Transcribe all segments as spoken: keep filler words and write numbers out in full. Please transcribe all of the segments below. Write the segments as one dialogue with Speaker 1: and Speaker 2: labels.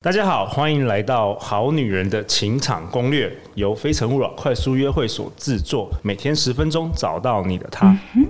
Speaker 1: 大家好，欢迎来到《好女人的情场攻略》，由非诚勿扰快速约会所制作，每天十分钟，找到你的他。嗯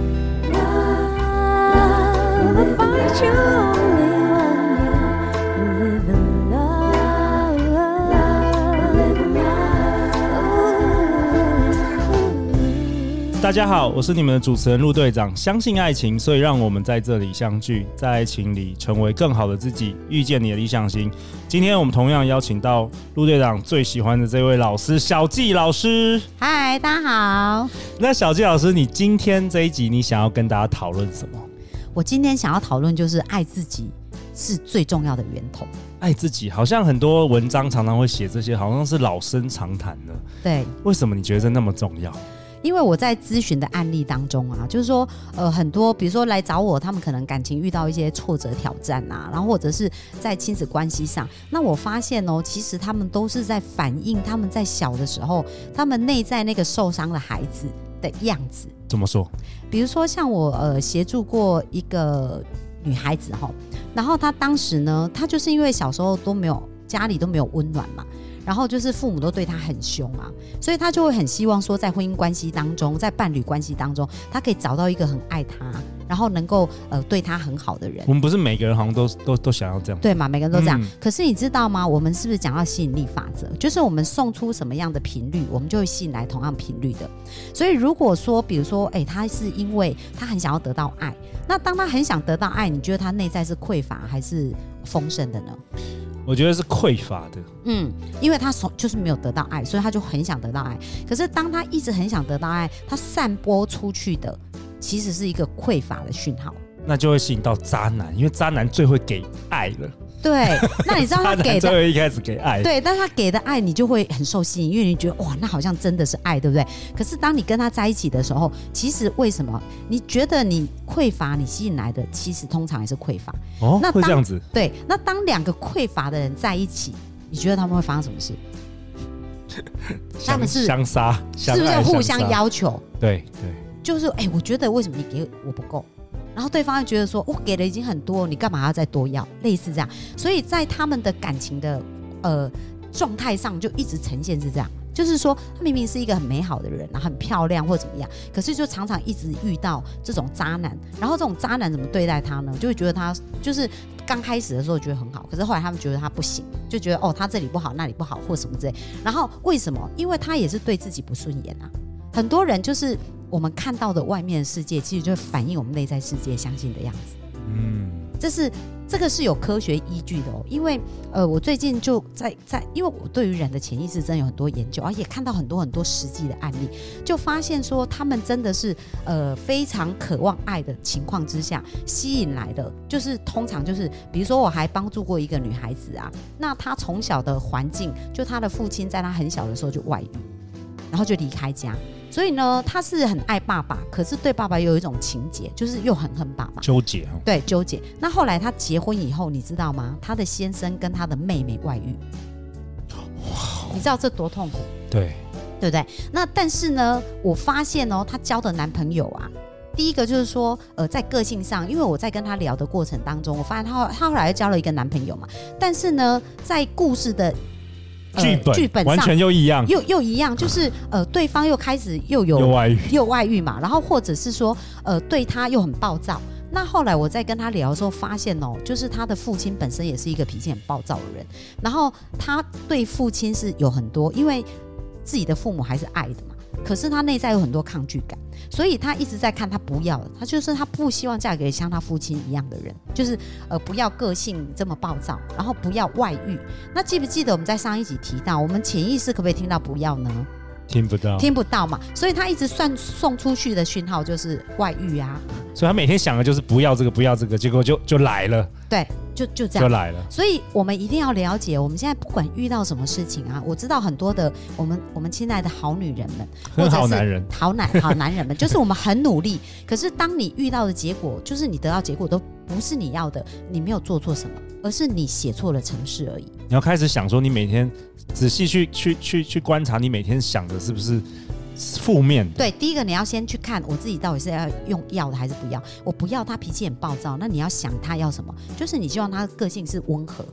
Speaker 1: 大家好，我是你们的主持人陆队长。相信爱情，所以让我们在这里相聚，在爱情里成为更好的自己，遇见你的理想型。今天我们同样邀请到陆队长最喜欢的这位老师小纪老师。
Speaker 2: 嗨，大家好。
Speaker 1: 那小纪老师，你今天这一集你想要跟大家讨论什么？
Speaker 2: 我今天想要讨论就是爱自己是最重要的源头。
Speaker 1: 爱自己，好像很多文章常常会写这些，好像是老生常谈的。
Speaker 2: 对，
Speaker 1: 为什么你觉得这那么重要？
Speaker 2: 因为我在咨询的案例当中啊，就是说，呃，很多比如说来找我，他们可能感情遇到一些挫折挑战啊，然后或者是在亲子关系上，那我发现哦，其实他们都是在反映他们在小的时候，他们内在那个受伤的孩子的样子。
Speaker 1: 怎么说？
Speaker 2: 比如说像我呃协助过一个女孩子哈，然后她当时呢，她就是因为小时候都没有家里都没有温暖嘛。然后就是父母都对他很凶啊，所以他就会很希望说，在婚姻关系当中，在伴侣关系当中，他可以找到一个很爱他，然后能够呃对他很好的人。
Speaker 1: 我们不是每个人好像都都都想要这样，
Speaker 2: 对嘛？每个人都这样。
Speaker 1: 嗯、
Speaker 2: 可是你知道吗？我们是不是讲到吸引力法则？就是我们送出什么样的频率，我们就会吸引来同样频率的。所以如果说，比如说，哎，他是因为他很想要得到爱，那当他很想得到爱，你觉得他内在是匮乏还是丰盛的呢？
Speaker 1: 我觉得是匮乏的，
Speaker 2: 嗯，因为他就是没有得到爱，所以他就很想得到爱。可是当他一直很想得到爱，他散播出去的其实是一个匮乏的讯号，
Speaker 1: 那就会吸引到渣男，因为渣男最会给爱了。
Speaker 2: 对，那你知道他给的
Speaker 1: 最会一开始给爱，
Speaker 2: 对，但他给的爱你就会很受吸引，因为你觉得哇，那好像真的是爱，对不对？可是当你跟他在一起的时候，其实为什么你觉得你匮乏，你吸引来的其实通常也是匮乏。
Speaker 1: 哦，那会这样子？
Speaker 2: 对，那当两个匮乏的人在一起，你觉得他们会发生什么事？
Speaker 1: 他们是相杀，
Speaker 2: 是不是互相要求？
Speaker 1: 对对，
Speaker 2: 就是哎、欸，我觉得为什么你给我不够？然后对方就觉得说，我给的已经很多，你干嘛要再多要？类似这样，所以在他们的感情的呃状态上，就一直呈现是这样，就是说他明明是一个很美好的人，然后很漂亮或怎么样，可是就常常一直遇到这种渣男，然后这种渣男怎么对待他呢？就会觉得他就是刚开始的时候觉得很好，可是后来他们觉得他不行，就觉得哦他这里不好那里不好或什么之类，然后为什么？因为他也是对自己不顺眼啊。很多人就是我们看到的外面的世界，其实就反映我们内在世界相信的样子。嗯，这是这个是有科学依据的哦。因为呃，我最近就在在，因为我对于人的潜意识真的有很多研究，而也看到很多很多实际的案例，就发现说他们真的是呃非常渴望爱的情况之下吸引来的，就是通常就是比如说我还帮助过一个女孩子啊，那她从小的环境，就她的父亲在她很小的时候就外遇，然后就离开家。所以呢，他是很爱爸爸，可是对爸爸又有一种情结，就是又很恨爸爸，
Speaker 1: 纠结、哦。
Speaker 2: 对，纠结。那后来他结婚以后，你知道吗？他的先生跟他的妹妹外遇，你知道这多痛苦？
Speaker 1: 对，
Speaker 2: 对不对？那但是呢，我发现哦，他交的男朋友啊，第一个就是说，呃，在个性上，因为我在跟他聊的过程当中，我发现他他后来又交了一个男朋友嘛，但是呢，在故事的
Speaker 1: 剧本、呃、剧本完全又一样，
Speaker 2: 又又一样，就是呃，对方又开始又有
Speaker 1: 又外遇，
Speaker 2: 又外遇嘛，然后或者是说呃，对他又很暴躁。那后来我在跟他聊的时候，发现哦，就是他的父亲本身也是一个脾气很暴躁的人，然后他对父亲是有很多，因为自己的父母还是爱的嘛，可是他内在有很多抗拒感，所以他一直在看他不要的，他就是他不希望嫁给像他父亲一样的人，就是呃不要个性这么暴躁，然后不要外遇。那记不记得我们在上一集提到，我们潜意识可不可以听到不要呢？
Speaker 1: 听不到，
Speaker 2: 听不到嘛，所以他一直算送出去的讯号就是外遇啊，
Speaker 1: 所以他每天想的就是不要这个不要这个，结果就就来了，
Speaker 2: 对，就就这样
Speaker 1: 就来了。
Speaker 2: 所以我们一定要了解，我们现在不管遇到什么事情啊，我知道很多的我们我们亲爱的好女人们，
Speaker 1: 很好男人，
Speaker 2: 好男好男人们，就是我们很努力，可是当你遇到的结果，就是你得到结果都不是你要的，你没有做错什么，而是你写错了程式而已。
Speaker 1: 你要开始想说，你每天仔细去去去去观察，你每天想的是不是负面？
Speaker 2: 对，第一个你要先去看我自己到底是要用要的还是不要。我不要他脾气很暴躁，那你要想他要什么，就是你希望他个性是温和，或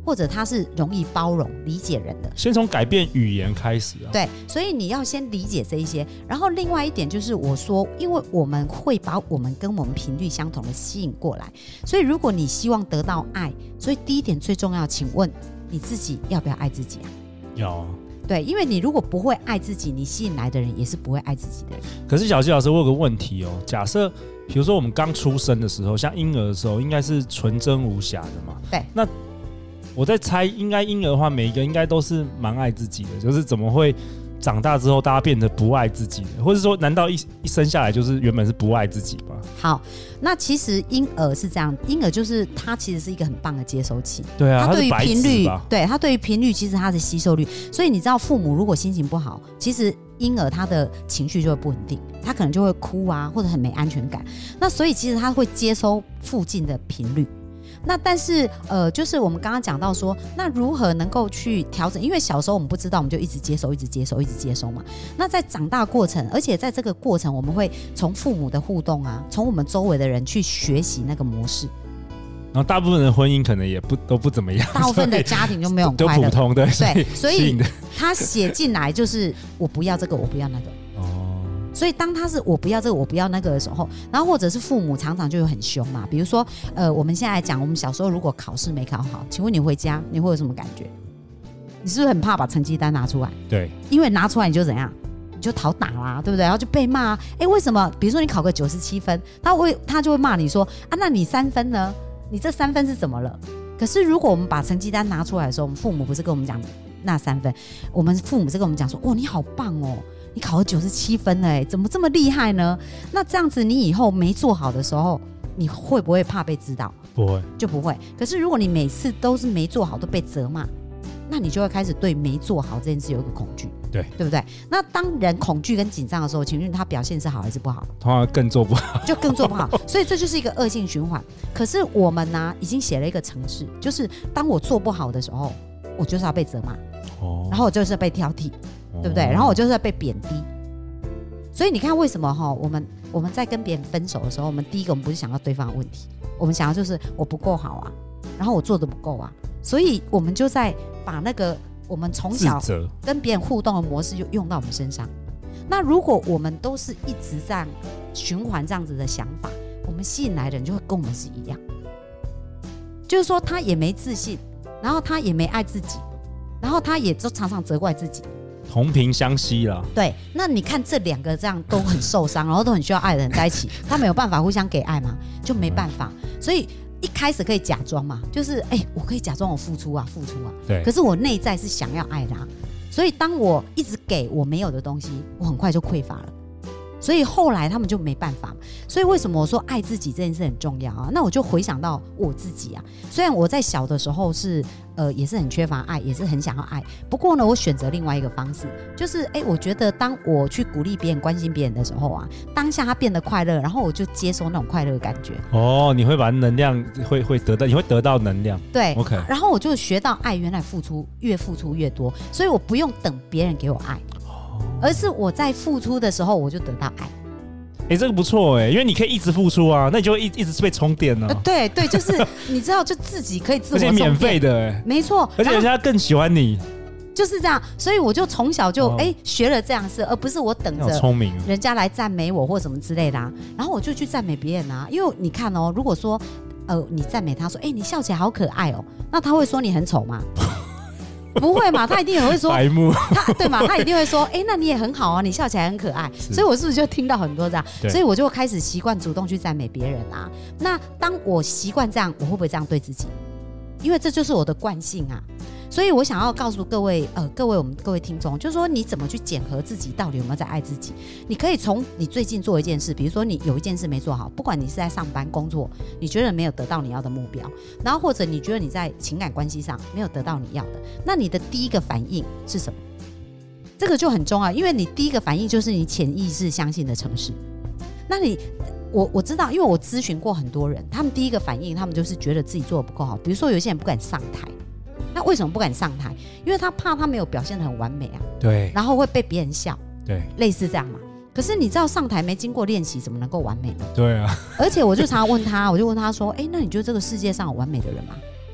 Speaker 2: 或者他是容易包容理解人的。
Speaker 1: 先从改变语言开始啊。
Speaker 2: 对，所以你要先理解这一些。然后另外一点就是我说，因为我们会把我们跟我们频率相同的吸引过来，所以如果你希望得到爱，所以第一点最重要，请问你自己要不要爱自己啊？
Speaker 1: 要啊。
Speaker 2: 对，因为你如果不会爱自己，你吸引来的人也是不会爱自己的人。
Speaker 1: 可是小纪老师，我有个问题哦，假设比如说我们刚出生的时候，像婴儿的时候，应该是纯真无瑕的嘛？
Speaker 2: 对。
Speaker 1: 那我在猜，应该婴儿的话，每一个应该都是蛮爱自己的，就是怎么会长大之后大家变得不爱自己的，或者说难道 一, 一生下来就是原本是不爱自己吗？
Speaker 2: 好，那其实婴儿是这样，婴儿就是他其实是一个很棒的接收器。
Speaker 1: 对啊，
Speaker 2: 他对于频率，
Speaker 1: 对
Speaker 2: 他对于频率其实他的吸收率，所以你知道父母如果心情不好，其实婴儿他的情绪就会不稳定，他可能就会哭啊，或者很没安全感。那所以其实他会接收附近的频率。那但是呃，就是我们刚刚讲到说，那如何能够去调整？因为小时候我们不知道，我们就一直接收，一直接收，一直接收嘛。那在长大过程，而且在这个过程，我们会从父母的互动啊，从我们周围的人去学习那个模式。
Speaker 1: 然后大部分的婚姻可能也不都不怎么样，
Speaker 2: 大部分的家庭就没有很快乐，
Speaker 1: 都普通，对
Speaker 2: 对，所以他写进来就是我不要这个，我不要那个。所以当他是我不要这个我不要那个的时候，然后或者是父母常常就有很凶嘛，比如说呃，我们现在来讲，我们小时候如果考试没考好，请问你回家你会有什么感觉？你是不是很怕把成绩单拿出来？
Speaker 1: 对，
Speaker 2: 因为拿出来你就怎样，你就讨打啦，对不对？然后就被骂，哎，为什么？比如说你考个九十七分，他会他就会骂你说啊，那你三分呢？你这三分是怎么了？可是如果我们把成绩单拿出来的时候，我们父母不是跟我们讲那三分，我们父母是跟我们讲说，哦，你好棒哦。你考了九十七分了，哎，怎么这么厉害呢？那这样子，你以后没做好的时候，你会不会怕被知道？
Speaker 1: 不会，
Speaker 2: 就不会。可是如果你每次都是没做好都被责骂，那你就会开始对没做好这件事有一个恐惧，
Speaker 1: 对，
Speaker 2: 对不对？那当人恐惧跟紧张的时候，请问他表现是好还是不好？
Speaker 1: 通常更做不好，
Speaker 2: 就更做不好。所以这就是一个恶性循环。可是我们呢、啊，已经写了一个程式，就是当我做不好的时候，我就是要被责骂，哦、然后我就是要被挑剔。对不对？然后我就是要被贬低，所以你看为什么哈？我们我们在跟别人分手的时候，我们第一个我们不是想到对方的问题，我们想要就是我不够好啊，然后我做的不够啊，所以我们就在把那个我们从小跟别人互动的模式就用到我们身上。那如果我们都是一直这样循环这样子的想法，我们吸引来的人就会跟我们是一样，就是说他也没自信，然后他也没爱自己，然后他也就常常责怪自己。
Speaker 1: 同频相吸啦。对，
Speaker 2: 那你看这两个这样都很受伤，然后都很需要爱的人在一起，他没有办法互相给爱吗？就没办法。所以一开始可以假装嘛，就是哎、欸，我可以假装我付出啊，付出啊。
Speaker 1: 对。
Speaker 2: 可是我内在是想要爱的啊，所以当我一直给我没有的东西，我很快就匮乏了。所以后来他们就没办法。所以为什么我说爱自己这件事很重要啊？那我就回想到我自己啊，虽然我在小的时候是呃也是很缺乏爱，也是很想要爱，不过呢，我选择另外一个方式，就是哎，我觉得当我去鼓励别人、关心别人的时候啊，当下他变得快乐，然后我就接收那种快乐的感觉。
Speaker 1: 哦，你会把能量会会得到，你会得到能量。
Speaker 2: 对
Speaker 1: ，OK。然
Speaker 2: 后我就学到爱，原来付出越付出越多，所以我不用等别人给我爱。而是我在付出的时候，我就得到爱。
Speaker 1: 哎、欸，这个不错哎、欸，因为你可以一直付出啊，那你就会一一直被充电呢、啊
Speaker 2: 呃。对对，就是你知道，就自己可以自我充电，
Speaker 1: 而且免费的哎、欸，
Speaker 2: 没错，
Speaker 1: 而且人家更喜欢你，
Speaker 2: 就是这样。所以我就从小就哎、哦欸、学了这样事，而不是我等着
Speaker 1: 聪明
Speaker 2: 人家来赞美我或什么之类的、啊，然后我就去赞美别人啊。因为你看哦，如果说呃你赞美他说，哎、欸，你笑起来好可爱哦，那他会说你很丑吗？不会嘛，他一定也会说
Speaker 1: 白目，
Speaker 2: 他对嘛，他一定会说，哎、欸，那你也很好啊，你笑起来很可爱。所以我是不是就听到很多这样？所以我就开始习惯主动去赞美别人啊。那当我习惯这样，我会不会这样对自己？因为这就是我的惯性啊。所以我想要告诉各位，呃，各位我们各位听众，就是说你怎么去检核自己到底有没有在爱自己？你可以从你最近做一件事，比如说你有一件事没做好，不管你是在上班工作，你觉得没有得到你要的目标，然后或者你觉得你在情感关系上没有得到你要的，那你的第一个反应是什么？这个就很重要，因为你第一个反应就是你潜意识相信的程式。那你我我知道，因为我咨询过很多人，他们第一个反应，他们就是觉得自己做的不够好。比如说有些人不敢上台。那为什么不敢上台？因为他怕他没有表现得很完美啊，
Speaker 1: 对，
Speaker 2: 然后会被别人笑，
Speaker 1: 对，
Speaker 2: 类似这样嘛。可是你知道上台没经过练习，怎么能够完美呢？
Speaker 1: 对啊。
Speaker 2: 而且我就常常问他，我就问他说：“哎、欸，那你觉得这个世界上有完美的人吗？”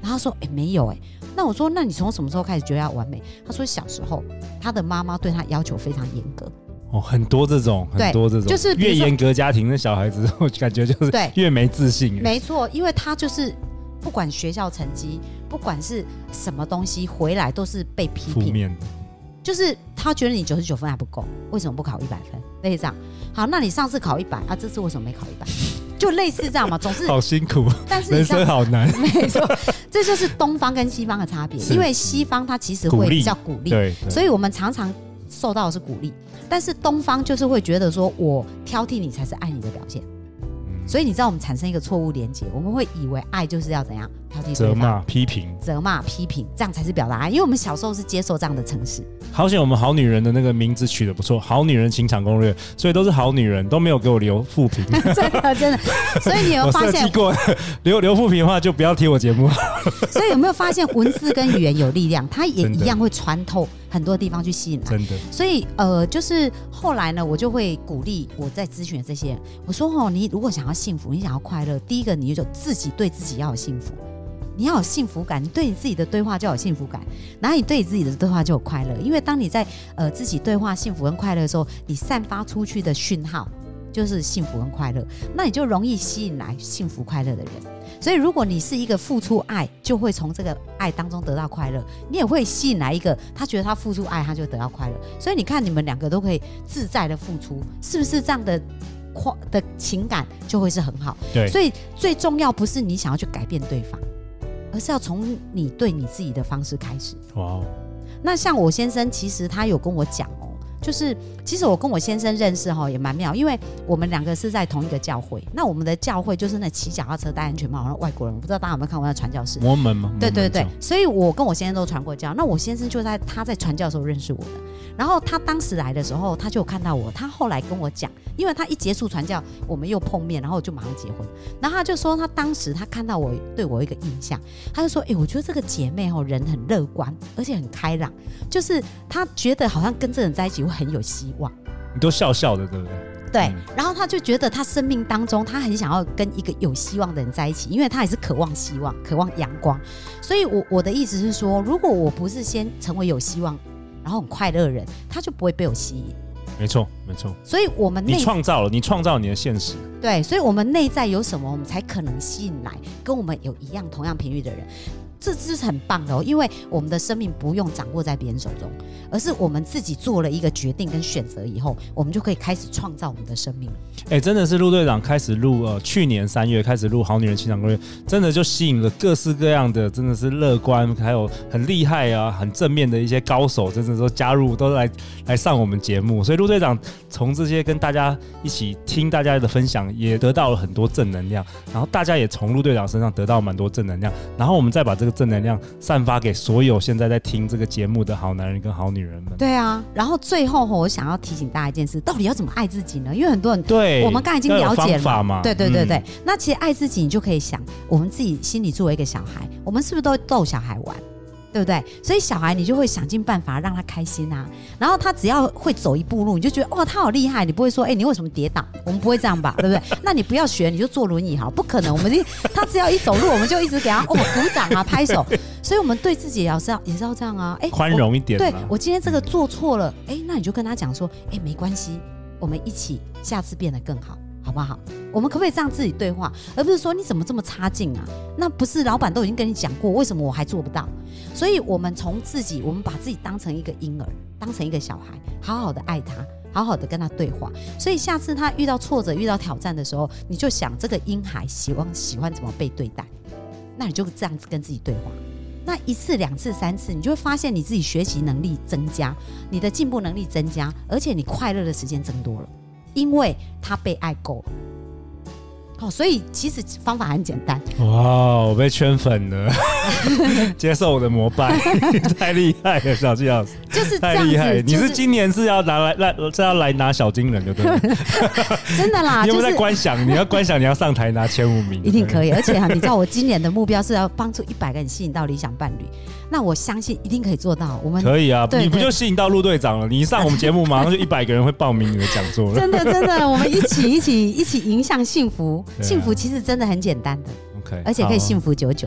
Speaker 2: 然后他说：“哎、欸，没有哎、欸。”那我说：“那你从什么时候开始觉得要完美？”他说：“小时候，他的妈妈对他要求非常严格。”
Speaker 1: 哦，很多这种，很多这种，
Speaker 2: 就是
Speaker 1: 越严格家庭的小孩子，我感觉就是越没自信。
Speaker 2: 没错，因为他就是不管学校成绩，不管是什么东西回来都是被批评，负面的。就是他觉得你九十九分还不够，为什么不考一百分？类似这样。好，那你上次考一百啊，这次为什么没考一百？就类似这样嘛，总是
Speaker 1: 好辛苦，
Speaker 2: 但是
Speaker 1: 人生好难。
Speaker 2: 没错，这就是东方跟西方的差别。因为西方它其实会比较鼓励，对，所以我们常常受到的是鼓励，但是东方就是会觉得说我挑剔你才是爱你的表现。所以你知道我们产生一个错误连结，我们会以为爱就是要怎样挑剔、
Speaker 1: 责骂、批评、
Speaker 2: 责骂、批评，这样才是表达爱。因为我们小时候是接受这样的程式。
Speaker 1: 好险，我们好女人的那个名字取得不错，好女人情场攻略，所以都是好女人，都没有给我留负评。
Speaker 2: 真的真的，所以你有发现，我
Speaker 1: 设计过留留负评的话，就不要听我节目。
Speaker 2: 所以有没有发现文字跟语言有力量，它也一样会穿透很多地方去吸引来。
Speaker 1: 真的。
Speaker 2: 所以呃，就是后来呢，我就会鼓励我在咨询的这些人，我说哦，你如果想要幸福，你想要快乐，第一个你就自己对自己要有幸福。你要有幸福感，你对你自己的对话就有幸福感，然后你对你自己的对话就有快乐。因为当你在呃自己对话幸福跟快乐的时候，你散发出去的讯号就是幸福跟快乐，那你就容易吸引来幸福快乐的人。所以如果你是一个付出爱，就会从这个爱当中得到快乐，你也会吸引来一个他觉得他付出爱，他就得到快乐。所以你看你们两个都可以自在的付出，是不是这样的的情感就会是很好？
Speaker 1: 对。
Speaker 2: 所以最重要不是你想要去改变对方，而是要从你对你自己的方式开始。哇哦！那像我先生，其实他有跟我讲哦，就是其实我跟我先生认识哈也蛮妙，因为我们两个是在同一个教会。那我们的教会就是那骑脚踏车戴安全帽，然后外国人，我不知道大家有没有看过那传教士？
Speaker 1: 摩门吗？
Speaker 2: 对对对，所以我跟我先生都传过教。那我先生就在他在传教的时候认识我的。然后他当时来的时候，他就有看到我。他后来跟我讲，因为他一结束传教，我们又碰面，然后就马上结婚。然后他就说，他当时他看到我，对我有一个印象，他就说：“哎、欸，我觉得这个姐妹哦，人很乐观，而且很开朗，就是他觉得好像跟这人在一起会很有希望。”
Speaker 1: 你都笑笑的，对不对？
Speaker 2: 对，嗯、然后他就觉得他生命当中，他很想要跟一个有希望的人在一起，因为他也是渴望希望、渴望阳光。所以我，我的意思是说，如果我不是先成为有希望，然后很快乐的人，他就不会被我吸引。
Speaker 1: 没错，没错。
Speaker 2: 所以我们内
Speaker 1: 你创造了，你创造你的现实。
Speaker 2: 对，所以我们内在有什么，我们才可能吸引来跟我们有一样同样频率的人。这这是很棒的哦，因为我们的生命不用掌握在别人手中，而是我们自己做了一个决定跟选择以后，我们就可以开始创造我们的生命了。
Speaker 1: 哎、欸，真的是陆队长开始录呃，去年三月开始录《好女人情场攻略》，真的就吸引了各式各样的，真的是乐观，还有很厉害啊、很正面的一些高手，真的都加入，都来来上我们节目。所以陆队长从这些跟大家一起听大家的分享，也得到了很多正能量，然后大家也从陆队长身上得到蛮多正能量，然后我们再把这个正能量散发给所有现在在听这个节目的好男人跟好女人们。
Speaker 2: 对啊，然后最后我想要提醒大家一件事，到底要怎么爱自己呢？因为很多人
Speaker 1: 对
Speaker 2: 我们刚才已经了解了
Speaker 1: 嘛，
Speaker 2: 对对对对、嗯。那其实爱自己，你就可以想，我们自己心里作为一个小孩，我们是不是都逗小孩玩？对不对？所以小孩你就会想尽办法让他开心啊，然后他只要会走一步路，你就觉得哇他好厉害，你不会说哎、欸、你为什么跌倒？我们不会这样吧，对不对？那你不要学，你就坐轮椅好，不可能。我们他只要一走路，我们就一直给他哦鼓掌啊拍手。所以我们对自己也是要也是要这样啊，哎
Speaker 1: 宽容一点。
Speaker 2: 对我今天这个做错了，哎那你就跟他讲说，哎没关系，我们一起下次变得更好。好不好？我们可不可以这样自己对话，而不是说你怎么这么差劲啊？那不是老板都已经跟你讲过，为什么我还做不到？所以我们从自己，我们把自己当成一个婴儿，当成一个小孩，好好的爱他，好好的跟他对话。所以下次他遇到挫折、遇到挑战的时候，你就想这个婴孩喜欢喜欢怎么被对待，那你就这样子跟自己对话。那一次、两次、三次，你就会发现你自己学习能力增加，你的进步能力增加，而且你快乐的时间增多了。因为他被爱够了、哦，所以其实方法很简单。
Speaker 1: 哇，我被圈粉了，接受我的膜拜，太厉害了，小纪老师，
Speaker 2: 就是这样子
Speaker 1: 太厉害了。
Speaker 2: 就是、
Speaker 1: 你是今年是要拿来来是要来拿小金人，对不对？
Speaker 2: 真的啦，
Speaker 1: 你有没有在观想？就是、你要观想，你要上台拿前五名，
Speaker 2: 一定可以。而且哈，你知道我今年的目标是要帮助一百个人吸引到理想伴侣。那我相信一定可以做到。我们
Speaker 1: 可以啊，你不就吸引到陆队长了？你一上我们节目，马上就一百个人会报名你的讲座了。
Speaker 2: 真的真的，我们一起一起一起迎向幸福。幸福其实真的很简单的
Speaker 1: ，OK，
Speaker 2: 而且可以幸福久久。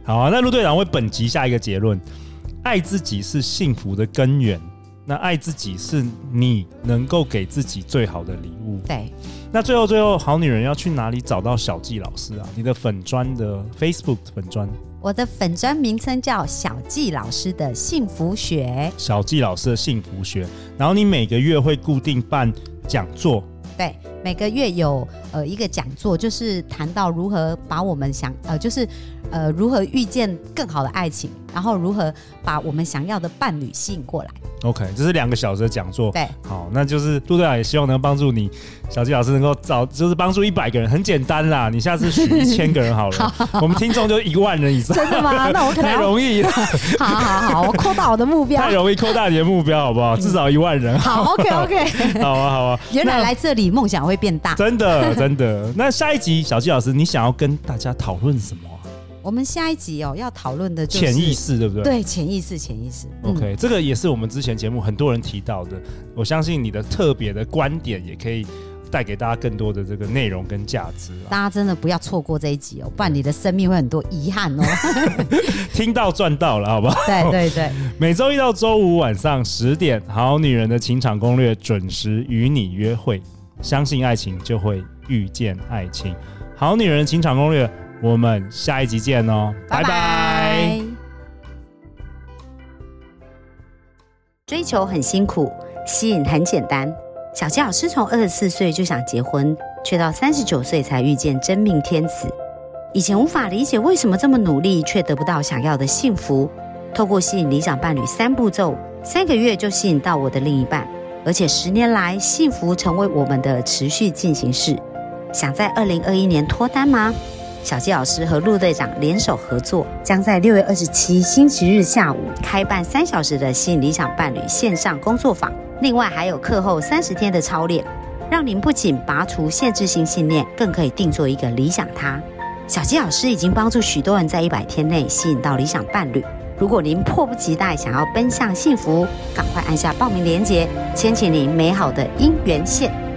Speaker 1: 好啊，那陆队长为本集下一个结论：爱自己是幸福的根源。那爱自己是你能够给自己最好的礼物。
Speaker 2: 对。
Speaker 1: 那最后最后，好女人要去哪里找到小纪老师啊？你的粉专的 Facebook 粉专，
Speaker 2: 我的粉专名称叫小纪老师的幸福学。
Speaker 1: 小纪老师的幸福学。然后你每个月会固定办讲座。
Speaker 2: 对，每个月有呃一个讲座，就是谈到如何把我们想呃就是呃如何遇见更好的爱情，然后如何把我们想要的伴侣吸引过来。
Speaker 1: OK， 这是两个小时的讲座。
Speaker 2: 对，
Speaker 1: 好，那就是陆队长也希望能帮助你，小纪老师能够找，就是帮助一百个人，很简单啦。你下次许一千个人好了，好我们听众就一万人以上。
Speaker 2: 真的吗？那我可能
Speaker 1: 太容易了。
Speaker 2: 好好好，我扩大我的目标。
Speaker 1: 太容易扩大你的目标，好不好？至少一万人。
Speaker 2: 好 ，OK OK。
Speaker 1: 好啊好啊。
Speaker 2: 原来来这里梦想会变大。
Speaker 1: 真的真的。那下一集，小纪老师，你想要跟大家讨论什么？
Speaker 2: 我们下一集哦要讨论的就是
Speaker 1: 潜意识，对不对？
Speaker 2: 对，潜意识，潜意识。
Speaker 1: OK，、嗯、这个也是我们之前节目很多人提到的。我相信你的特别的观点也可以带给大家更多的这个内容跟价值。
Speaker 2: 大家真的不要错过这一集哦，不然你的生命会很多遗憾哦。
Speaker 1: 听到赚到了，好不好？
Speaker 2: 对对对。
Speaker 1: 每周一到周五晚上十点，《好女人的情场攻略》准时与你约会。相信爱情，就会遇见爱情。好女人的情场攻略。我们下一集见哦，拜拜。
Speaker 2: 追求很辛苦，吸引很简单。小纪老师从二十四岁就想结婚，却到三十九岁才遇见真命天子。以前无法理解为什么这么努力，却得不到想要的幸福。透过吸引理想伴侣三步骤，三个月就吸引到我的另一半，而且十年来，幸福成为我们的持续进行式。想在二零二一年脱单吗？小纪老师和陆队长联手合作，将在六月二十七星期日下午开办三小时的吸引理想伴侣线上工作坊，另外还有课后三十天的操练，让您不仅拔除限制性信念，更可以定做一个理想他。小纪老师已经帮助许多人在一百天内吸引到理想伴侣。如果您迫不及待想要奔向幸福，赶快按下报名链接，牵起您美好的姻缘线。